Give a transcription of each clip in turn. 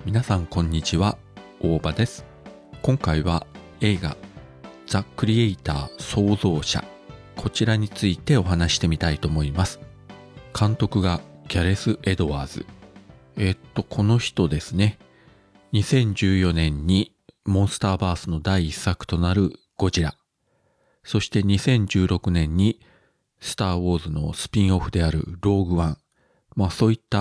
皆さんこんにちは、大場です。今回は映画ザ・クリエイター創造者、こちらについてお話してみたいと思います。監督がギャレス・エドワーズ。この人ですね。2014年にモンスターバースの第一作となるゴジラ。そして2016年にスター・ウォーズのスピンオフであるローグワン。そういった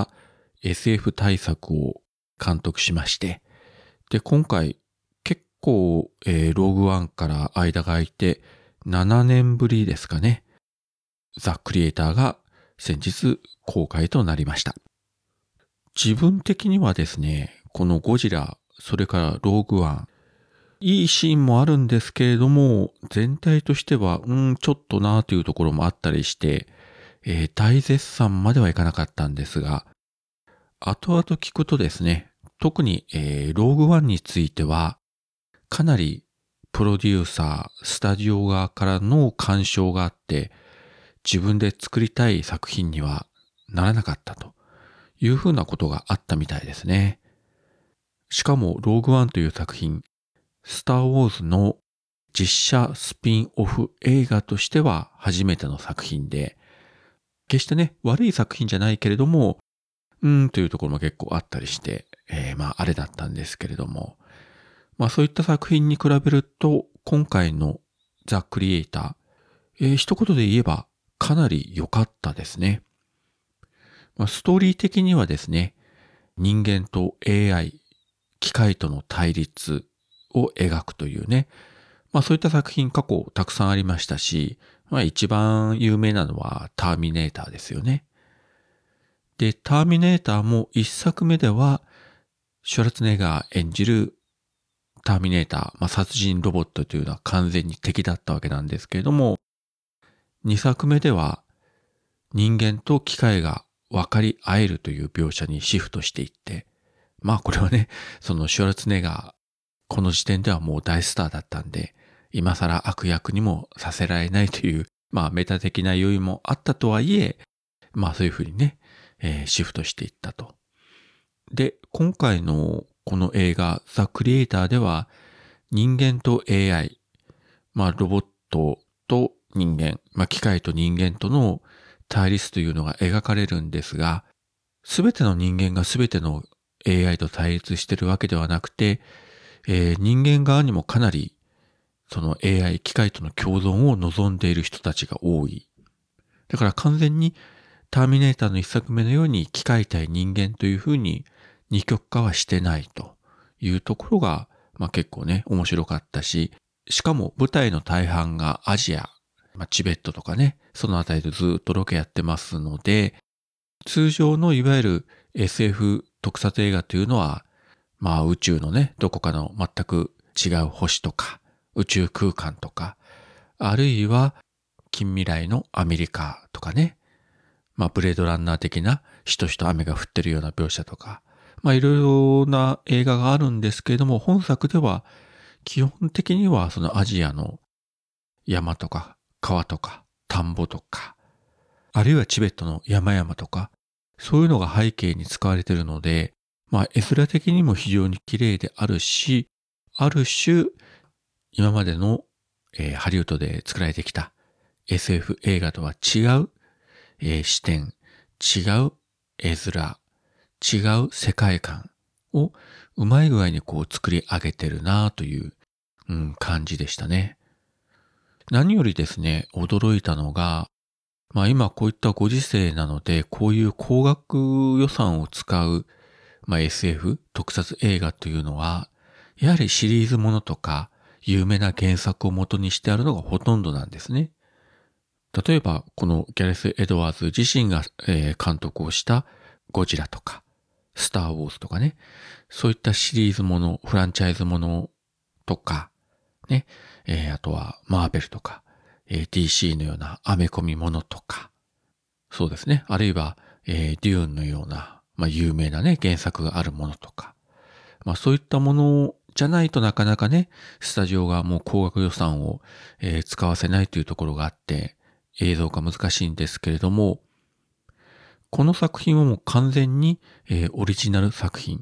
SF 大作を監督しまして。で、今回結構、ローグワンから間が空いて7年ぶりですかね。ザ・クリエイターが先日公開となりました。自分的にはですね、このゴジラ、それからローグワン、いいシーンもあるんですけれども、全体としては、ちょっとなというところもあったりして、大絶賛まではいかなかったんですが、後々聞くとですね、特に、ローグワンについては、かなりプロデューサー、スタジオ側からの干渉があって、自分で作りたい作品にはならなかったというふうなことがあったみたいですね。しかも、ローグワンという作品、スター・ウォーズの実写スピンオフ映画としては初めての作品で、決してね、悪い作品じゃないけれども、というところも結構あったりして、あれだったんですけれども、そういった作品に比べると、今回のザ・クリエイター、一言で言えばかなり良かったですね。ストーリー的にはですね、人間と AI、機械との対立を描くというね、そういった作品過去たくさんありましたし、一番有名なのはターミネーターですよね。で、ターミネーターも一作目では、シュワルツェネッガー演じるターミネーター、殺人ロボットというのは完全に敵だったわけなんですけれども、二作目では人間と機械が分かり合えるという描写にシフトしていって、これはね、そのシュワルツェネッガー、この時点ではもう大スターだったんで、今更悪役にもさせられないという、メタ的な要因もあったとはいえ、そういうふうにね、シフトしていったと。で、今回のこの映画、ザ・クリエイターでは、人間と AI、ロボットと人間、機械と人間との対立というのが描かれるんですが、すべての人間がすべての AI と対立しているわけではなくて、人間側にもかなりその AI、機械との共存を望んでいる人たちが多い。だから完全にターミネーターの一作目のように機械対人間というふうに二極化はしてないというところが、結構ね、面白かったし、しかも舞台の大半がアジア、チベットとかね、そのあたりでずっとロケやってますので、通常のいわゆる SF 特撮映画というのは、宇宙のね、どこかの全く違う星とか、宇宙空間とか、あるいは近未来のアメリカとかね、ブレードランナー的なしとしと雨が降ってるような描写とか、いろいろな映画があるんですけれども、本作では基本的にはそのアジアの山とか川とか田んぼとか、あるいはチベットの山々とか、そういうのが背景に使われているので、絵面的にも非常に綺麗であるし、ある種、今までの、ハリウッドで作られてきた SF 映画とは違う、視点、違う絵面、違う世界観をうまい具合に作り上げてるなという、感じでしたね。何よりですね、驚いたのが、今こういったご時世なので、こういう高額予算を使う、SF 特撮映画というのは、やはりシリーズものとか有名な原作を元にしてあるのがほとんどなんですね。例えば、このギャレス・エドワーズ自身が、監督をしたゴジラとか、スター・ウォーズとかね、そういったシリーズもの、フランチャイズものとか、ね、あとはマーベルとか、DC のようなアメコミものとか、そうですね、あるいは、デューンのような、有名なね、原作があるものとか、そういったものじゃないとなかなかね、スタジオがもう高額予算を、使わせないというところがあって、映像化難しいんですけれども、この作品はもう完全に、オリジナル作品。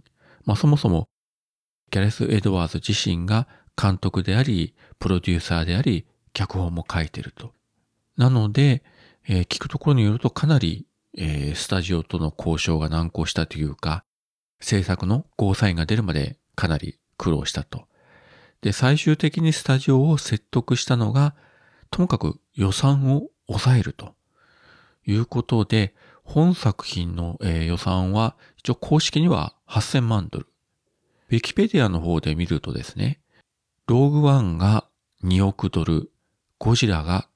そもそもギャレス・エドワーズ自身が監督であり、プロデューサーであり、脚本も書いてると。なので、聞くところによるとかなり、スタジオとの交渉が難航したというか、制作のゴーサインが出るまでかなり苦労したと。で、最終的にスタジオを説得したのが、ともかく予算を抑えるということで、本作品の、予算は一応公式には8000万ドル。ウィキペディアの方で見るとですね、ローグワンが2億ドル、ゴジラが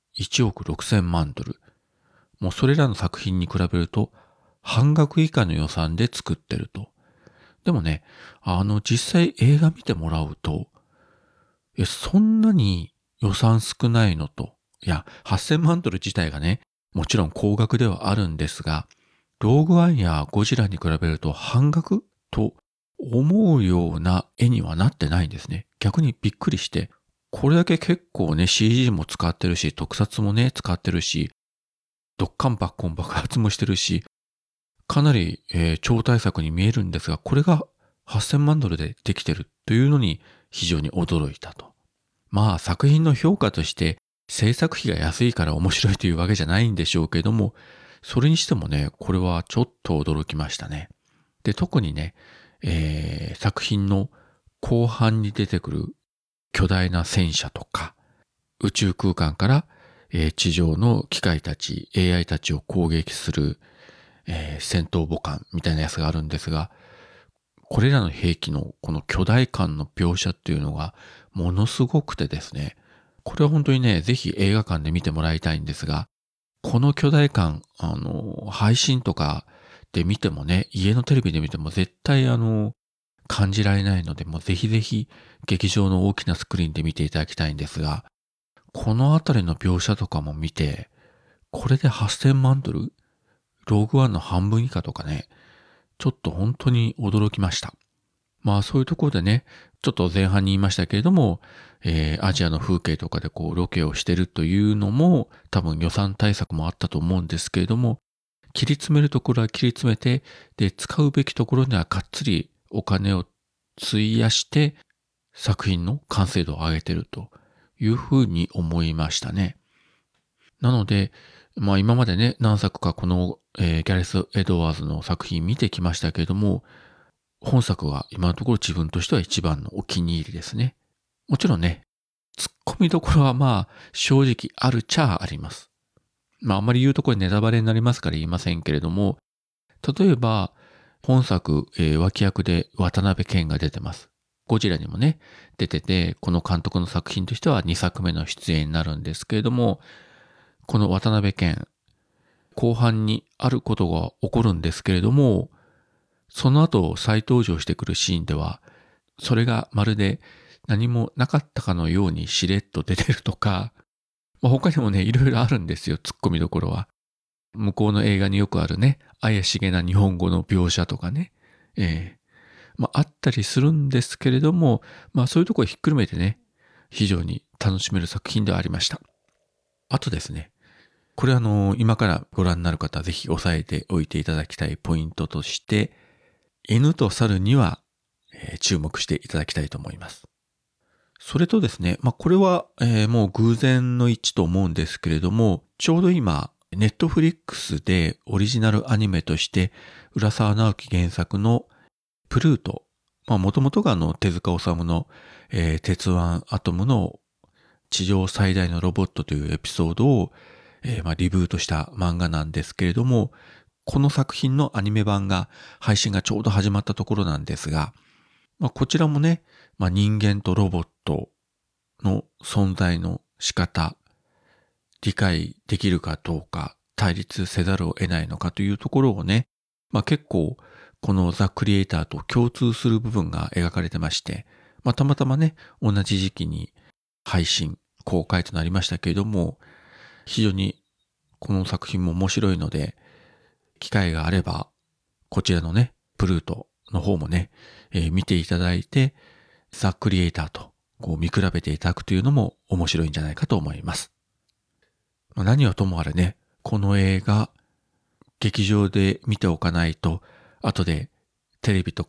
1億6000万ドル。もうそれらの作品に比べると半額以下の予算で作ってると。でもね、実際映画見てもらうと、そんなに予算少ないのと、いや、8000万ドル自体がね、もちろん高額ではあるんですが、ローグワンやゴジラに比べると半額と思うような絵にはなってないんですね。逆にびっくりして、これだけ結構ね、CG も使ってるし、特撮もね、使ってるし、ドッカンバッコン爆発もしてるし、かなり、超大作に見えるんですが、これが8000万ドルでできてるというのに非常に驚いたと。まあ作品の評価として制作費が安いから面白いというわけじゃないんでしょうけども、それにしてもね、これはちょっと驚きましたね。で、特にね、作品の後半に出てくる巨大な戦車とか、宇宙空間から、地上の機械たち、AI たちを攻撃する、戦闘母艦みたいなやつがあるんですが、これらの兵器のこの巨大感の描写っていうのがものすごくてですね、これは本当にね、ぜひ映画館で見てもらいたいんですが、この巨大感、配信とかで見てもね、家のテレビで見ても絶対感じられないので、もうぜひぜひ劇場の大きなスクリーンで見ていただきたいんですが、このあたりの描写とかも見て、これで8000万ドルローグワンの半分以下とかね、ちょっと本当に驚きました。まあそういうところでね、ちょっと前半に言いましたけれども、アジアの風景とかでこうロケをしてるというのも多分予算対策もあったと思うんですけれども、切り詰めるところは切り詰めて、で、使うべきところにはがっつりお金を費やして作品の完成度を上げてるというふうに思いましたね。なので、まあ今までね、何作かこの、ギャレス・エドワーズの作品見てきましたけれども、本作は今のところ自分としては一番のお気に入りですね。もちろんね、突っ込みどころはまあ正直あるっちゃあります。まああんまり言うところネタバレになりますから言いませんけれども、例えば本作、脇役で渡辺謙が出てます。ゴジラにもね、出てて、この監督の作品としては2作目の出演になるんですけれども、この渡辺謙、後半にあることが起こるんですけれども、その後再登場してくるシーンでは、それがまるで何もなかったかのようにしれっと出てるとか、他にもね、いろいろあるんですよ、突っ込みどころは。向こうの映画によくあるね、怪しげな日本語の描写とかね、あったりするんですけれども、そういうところをひっくるめてね、非常に楽しめる作品ではありました。あとですね、これ今からご覧になる方はぜひ押さえておいていただきたいポイントとして、犬と猿には、注目していただきたいと思います。それとですね、これは、もう偶然の一致と思うんですけれども、ちょうど今、ネットフリックスでオリジナルアニメとして、浦沢直樹原作のプルート、もともとが手塚治虫の、鉄腕アトムの地上最大のロボットというエピソードを、リブートした漫画なんですけれども、この作品のアニメ版が配信がちょうど始まったところなんですが、こちらもね、人間とロボットの存在の仕方、理解できるかどうか、対立せざるを得ないのかというところをね、結構このザ・クリエイターと共通する部分が描かれてまして、たまたまね、同じ時期に配信、公開となりましたけれども、非常にこの作品も面白いので、機会があれば、こちらのね、プルートの方もね、見ていただいて、ザ・クリエイターとこう見比べていただくというのも面白いんじゃないかと思います。何はともあれね、この映画、劇場で見ておかないと、後でテレビとか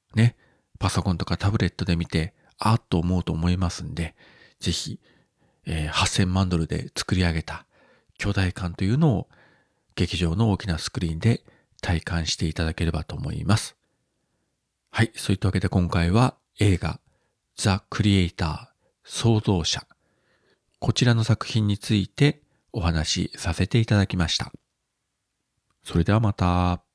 ね、パソコンとかタブレットで見て、あっと思うと思いますんで、ぜひ、8000万ドルで作り上げた巨大感というのを劇場の大きなスクリーンで体感していただければと思います。はい、そういったわけで今回は映画ザ・クリエイター創造者、こちらの作品についてお話しさせていただきました。それではまた。